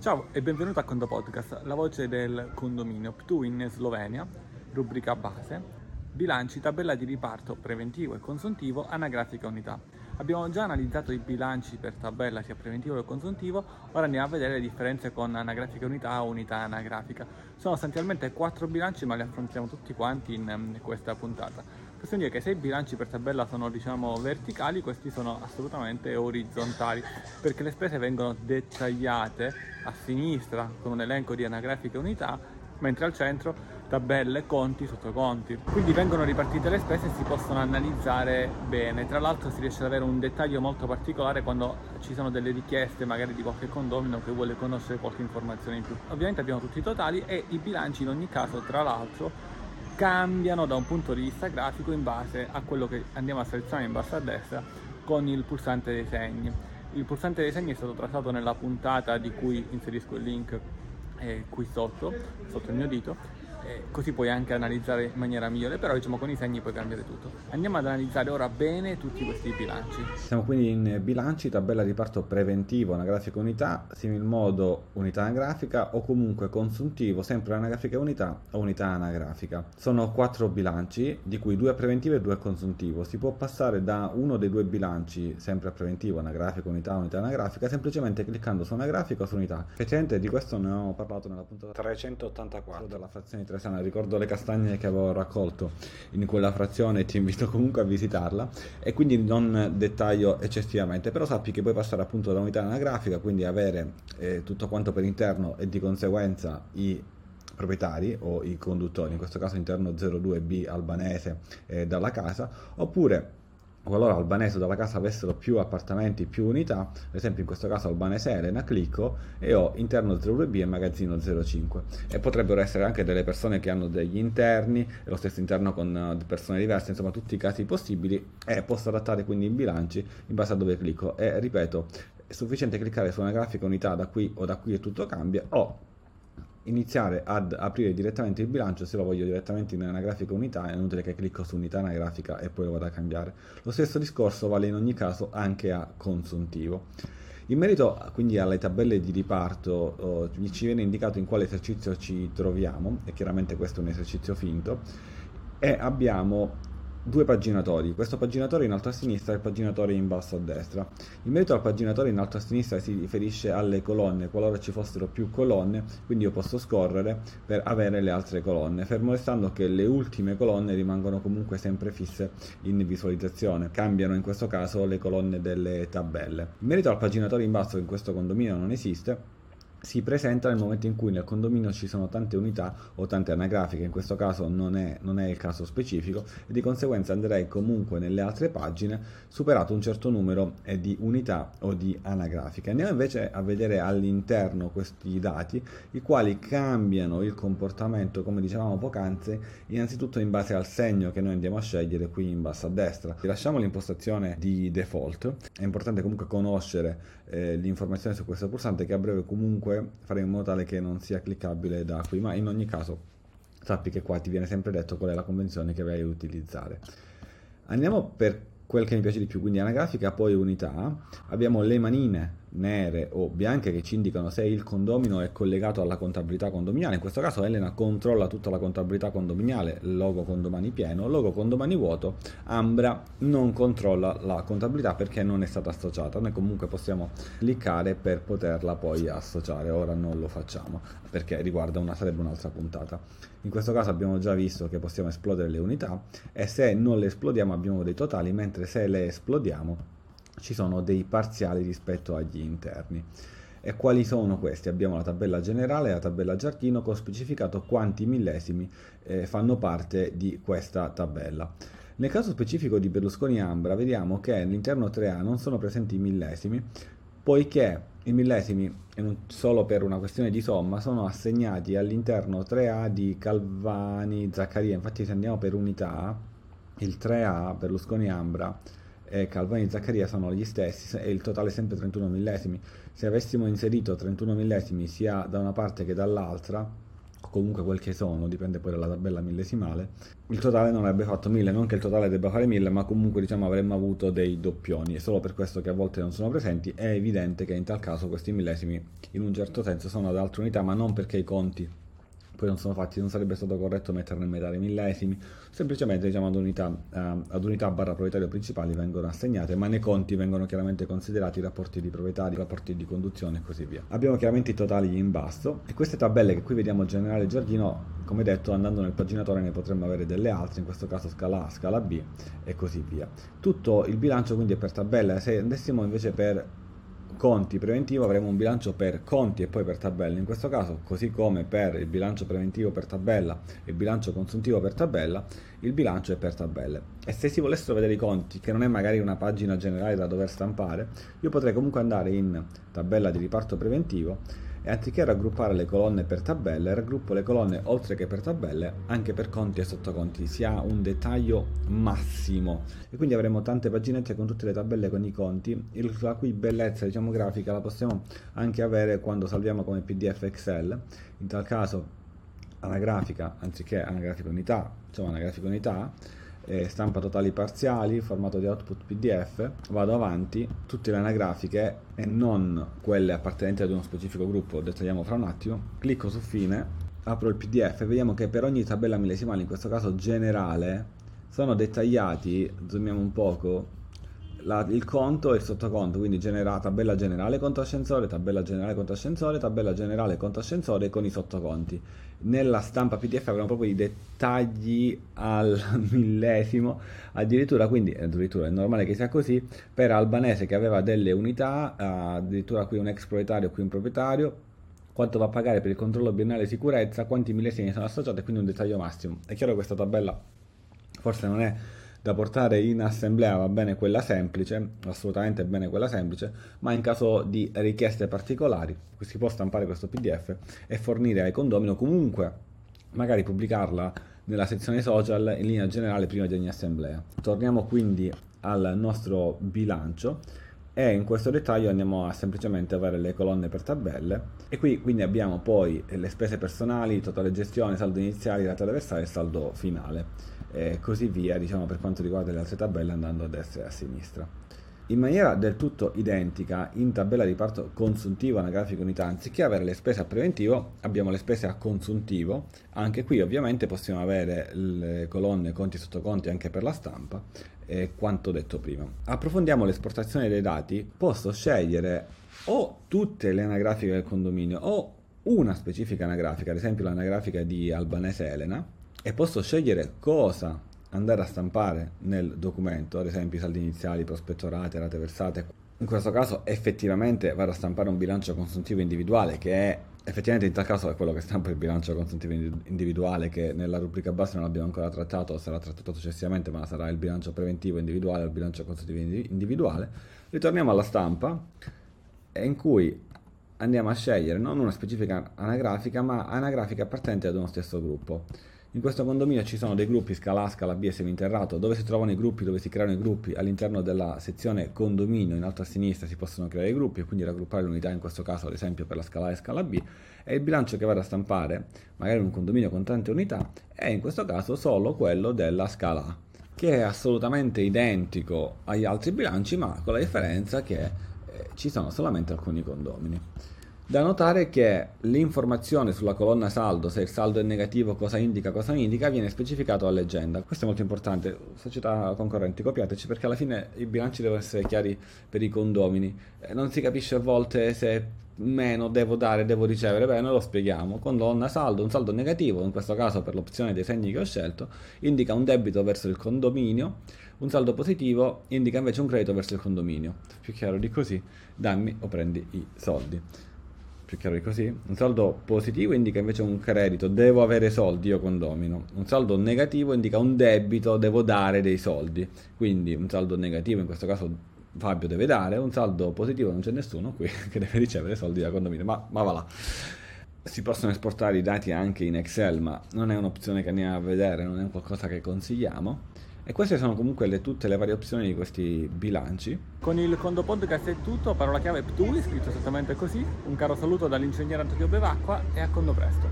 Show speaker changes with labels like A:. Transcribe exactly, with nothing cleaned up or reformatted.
A: Ciao e benvenuto a Conto Podcast, la voce del condominio P T U in Slovenia, rubrica base, bilanci, tabella di riparto preventivo e consuntivo, anagrafica unità. Abbiamo già analizzato i bilanci per tabella sia preventivo che consuntivo, ora andiamo a vedere le differenze con anagrafica unità o unità anagrafica. Sono sostanzialmente quattro bilanci ma li affrontiamo tutti quanti in, in questa puntata. Possiamo dire che se i bilanci per tabella sono diciamo verticali, questi sono assolutamente orizzontali, perché le spese vengono dettagliate a sinistra con un elenco di anagrafiche unità, mentre al centro tabelle, conti, sottoconti. Quindi vengono ripartite le spese e si possono analizzare bene. Tra l'altro si riesce ad avere un dettaglio molto particolare quando ci sono delle richieste magari di qualche condomino che vuole conoscere qualche informazione in più. Ovviamente abbiamo tutti i totali e i bilanci in ogni caso, tra l'altro, cambiano da un punto di vista grafico in base a quello che andiamo a selezionare in basso a destra con il pulsante dei segni. Il pulsante dei segni è stato trattato nella puntata di cui inserisco il link eh, qui sotto, sotto il mio dito, eh, così puoi anche analizzare in maniera migliore, però diciamo con i segni puoi cambiare tutto. Andiamo ad analizzare ora bene tutti questi bilanci.
B: Siamo quindi in bilanci, tabella di riparto preventivo, anagrafica unità, simil modo unità anagrafica o comunque consuntivo, sempre anagrafica unità o unità anagrafica. Sono quattro bilanci, di cui due a preventivo e due a consuntivo. Si può passare da uno dei due bilanci, sempre a preventivo, anagrafica unità, unità anagrafica, semplicemente cliccando su anagrafica o su unità. Effettivamente di questo ne ho parlato nella puntata trecentottantaquattro della frazione di Tresana. Ricordo le castagne che avevo raccolto in quella frazione e ti invito comunque a visitarla, e quindi non dettaglio eccessivamente, però sappi che puoi passare appunto da unità anagrafica, quindi avere eh, tutto quanto per interno e di conseguenza i proprietari o i conduttori, in questo caso interno zero due B albanese eh, dalla casa, oppure qualora albanese dalla casa avessero più appartamenti, più unità, ad esempio in questo caso albanese Elena, clicco e ho interno zero due B e magazzino zero cinque, e potrebbero essere anche delle persone che hanno degli interni e lo stesso interno con persone diverse, insomma tutti i casi possibili, e posso adattare quindi i bilanci in base a dove clicco. E ripeto, è sufficiente cliccare su una grafica unità da qui o da qui e tutto cambia, o iniziare ad aprire direttamente il bilancio se lo voglio direttamente in una grafica unità. È inutile che clicco su unità anagrafica e poi lo vado a cambiare. Lo stesso discorso vale in ogni caso anche a consuntivo. In merito quindi alle tabelle di riparto, oh, ci viene indicato in quale esercizio ci troviamo, e chiaramente questo è un esercizio finto, e abbiamo due paginatori. Questo paginatore in alto a sinistra e il paginatore in basso a destra. In merito al paginatore in alto a sinistra si riferisce alle colonne, qualora ci fossero più colonne, quindi io posso scorrere per avere le altre colonne, fermo restando che le ultime colonne rimangono comunque sempre fisse in visualizzazione. Cambiano in questo caso le colonne delle tabelle. In merito al paginatore in basso, che in questo condominio non esiste, si presenta nel momento in cui nel condominio ci sono tante unità o tante anagrafiche. In questo caso non è, non è il caso specifico, e di conseguenza andrei comunque nelle altre pagine superato un certo numero di unità o di anagrafiche. Andiamo invece a vedere all'interno questi dati, i quali cambiano il comportamento, come dicevamo poc'anzi, innanzitutto in base al segno che noi andiamo a scegliere qui in basso a destra. Lasciamo l'impostazione di default. È importante comunque conoscere eh, l'informazione su questo pulsante, che a breve comunque fare in modo tale che non sia cliccabile da qui, ma in ogni caso sappi che qua ti viene sempre detto qual è la convenzione che vai a utilizzare. Andiamo per quel che mi piace di più, quindi anagrafica, poi unità. Abbiamo le manine nere o bianche che ci indicano se il condomino è collegato alla contabilità condominiale. In questo caso Elena controlla tutta la contabilità condominiale, logo condomani pieno, logo condomani vuoto. Ambra non controlla la contabilità perché non è stata associata. Noi comunque possiamo cliccare per poterla poi associare, ora non lo facciamo perché riguarda una, sarebbe un'altra puntata. In questo caso abbiamo già visto che possiamo esplodere le unità, e se non le esplodiamo abbiamo dei totali, mentre se le esplodiamo ci sono dei parziali rispetto agli interni. E quali sono questi? Abbiamo la tabella generale e la tabella giardino con specificato quanti millesimi eh, fanno parte di questa tabella. Nel caso specifico di Berlusconi Ambra vediamo che all'interno tre A non sono presenti i millesimi, poiché i millesimi, e non solo per una questione di somma, sono assegnati all'interno tre A di Calvani Zaccaria. Infatti se andiamo per unità, il tre A Berlusconi Ambra e Calvani Zaccaria sono gli stessi e il totale è sempre trentuno millesimi. Se avessimo inserito trentuno millesimi sia da una parte che dall'altra, comunque quel che sono, dipende poi dalla tabella millesimale, il totale non avrebbe fatto mille, non che il totale debba fare mille, ma comunque diciamo avremmo avuto dei doppioni, e solo per questo che a volte non sono presenti. È evidente che in tal caso questi millesimi in un certo senso sono ad altre unità, ma non perché i conti poi non sono fatti, non sarebbe stato corretto metterne in metà i millesimi, semplicemente diciamo ad unità, eh, ad unità barra proprietario principali vengono assegnate, ma nei conti vengono chiaramente considerati i rapporti di proprietari, i rapporti di conduzione e così via. Abbiamo chiaramente i totali in basso, e queste tabelle che qui vediamo generale giardino, come detto, andando nel paginatore ne potremmo avere delle altre, in questo caso scala A, scala B e così via. Tutto il bilancio quindi è per tabella. Se andessimo invece per conti preventivo avremo un bilancio per conti e poi per tabelle, in questo caso così come per il bilancio preventivo per tabella e il bilancio consuntivo per tabella, il bilancio è per tabelle. E se si volessero vedere i conti, che non è magari una pagina generale da dover stampare, io potrei comunque andare in tabella di riparto preventivo e anziché raggruppare le colonne per tabelle, raggruppo le colonne oltre che per tabelle anche per conti e sottoconti. Si ha un dettaglio massimo e quindi avremo tante paginette con tutte le tabelle con i conti, la cui bellezza diciamo grafica la possiamo anche avere quando salviamo come P D F Excel. In tal caso anagrafica anziché anagrafica unità, insomma anagrafica unità, eh, stampa totali parziali, formato di output P D F, vado avanti, tutte le anagrafiche e non quelle appartenenti ad uno specifico gruppo, dettagliamo fra un attimo, clicco su fine, apro il P D F e vediamo che per ogni tabella millesimale, in questo caso generale, sono dettagliati, zoomiamo un poco, la, il conto e il sottoconto, quindi genera, tabella generale conto ascensore, tabella generale conto ascensore, tabella generale conto ascensore con i sottoconti. Nella stampa P D F avremo proprio i dettagli al millesimo, addirittura, quindi addirittura è normale che sia così, per Albanese che aveva delle unità, addirittura qui un ex proprietario, qui un proprietario, quanto va a pagare per il controllo biennale sicurezza, quanti millesimi sono associati, quindi un dettaglio massimo. È chiaro che questa tabella forse non è da portare in assemblea, va bene quella semplice, assolutamente bene quella semplice, ma in caso di richieste particolari si può stampare questo P D F e fornire ai condomini, o comunque magari pubblicarla nella sezione social in linea generale prima di ogni assemblea. Torniamo quindi al nostro bilancio e in questo dettaglio andiamo a semplicemente avere le colonne per tabelle, e qui quindi abbiamo poi le spese personali, totale gestione, saldo iniziale, rata da versare e saldo finale, e così via, diciamo, per quanto riguarda le altre tabelle andando a destra e a sinistra. In maniera del tutto identica, in tabella di riparto consuntivo anagrafica unità, anziché avere le spese a preventivo, abbiamo le spese a consuntivo. Anche qui ovviamente possiamo avere le colonne conti e sottoconti anche per la stampa, e quanto detto prima. Approfondiamo l'esportazione dei dati. Posso scegliere o tutte le anagrafiche del condominio o una specifica anagrafica, ad esempio l'anagrafica di Albanese Elena, e posso scegliere cosa andare a stampare nel documento, ad esempio i saldi iniziali, prospettorate, rate versate. In questo caso effettivamente vado a stampare un bilancio consuntivo individuale, che è effettivamente in tal caso è quello che stampa il bilancio consuntivo individuale, che nella rubrica base non abbiamo ancora trattato, sarà trattato successivamente, ma sarà il bilancio preventivo individuale o il bilancio consuntivo individuale. Ritorniamo alla stampa, in cui andiamo a scegliere non una specifica anagrafica, ma anagrafiche appartenenti ad uno stesso gruppo. In questo condominio ci sono dei gruppi scala A, scala B e seminterrato. Dove si trovano i gruppi, dove si creano i gruppi, all'interno della sezione condominio in alto a sinistra si possono creare i gruppi e quindi raggruppare le unità, in questo caso ad esempio per la scala A e scala B, e il bilancio che vado a stampare, magari in un condominio con tante unità, è in questo caso solo quello della scala A, che è assolutamente identico agli altri bilanci, ma con la differenza che eh, ci sono solamente alcuni condomini. Da notare che l'informazione sulla colonna saldo, se il saldo è negativo, cosa indica, cosa non indica, viene specificato a leggenda. Questo è molto importante. Società concorrenti, copiateci, perché alla fine i bilanci devono essere chiari per i condomini. Eh, non si capisce a volte se meno devo dare, devo ricevere. Beh, noi lo spieghiamo. Colonna saldo, un saldo negativo, in questo caso per l'opzione dei segni che ho scelto, indica un debito verso il condominio. Un saldo positivo indica invece un credito verso il condominio. Più chiaro di così, dammi o prendi i soldi. Più chiaro di così. Un saldo positivo indica invece un credito, devo avere soldi io condomino. Un saldo negativo indica un debito, devo dare dei soldi. Quindi un saldo negativo, in questo caso Fabio deve dare, un saldo positivo non c'è nessuno qui che deve ricevere soldi da condominio, ma, ma va là. Si possono esportare i dati anche in Excel, ma non è un'opzione che andiamo a vedere, non è qualcosa che consigliamo. E queste sono comunque le, tutte le varie opzioni di questi bilanci.
A: Con il Condo Podcast è tutto, parola chiave P T U I, scritto esattamente così. Un caro saluto dall'ingegnere Antonio Bevacqua e a Condo presto.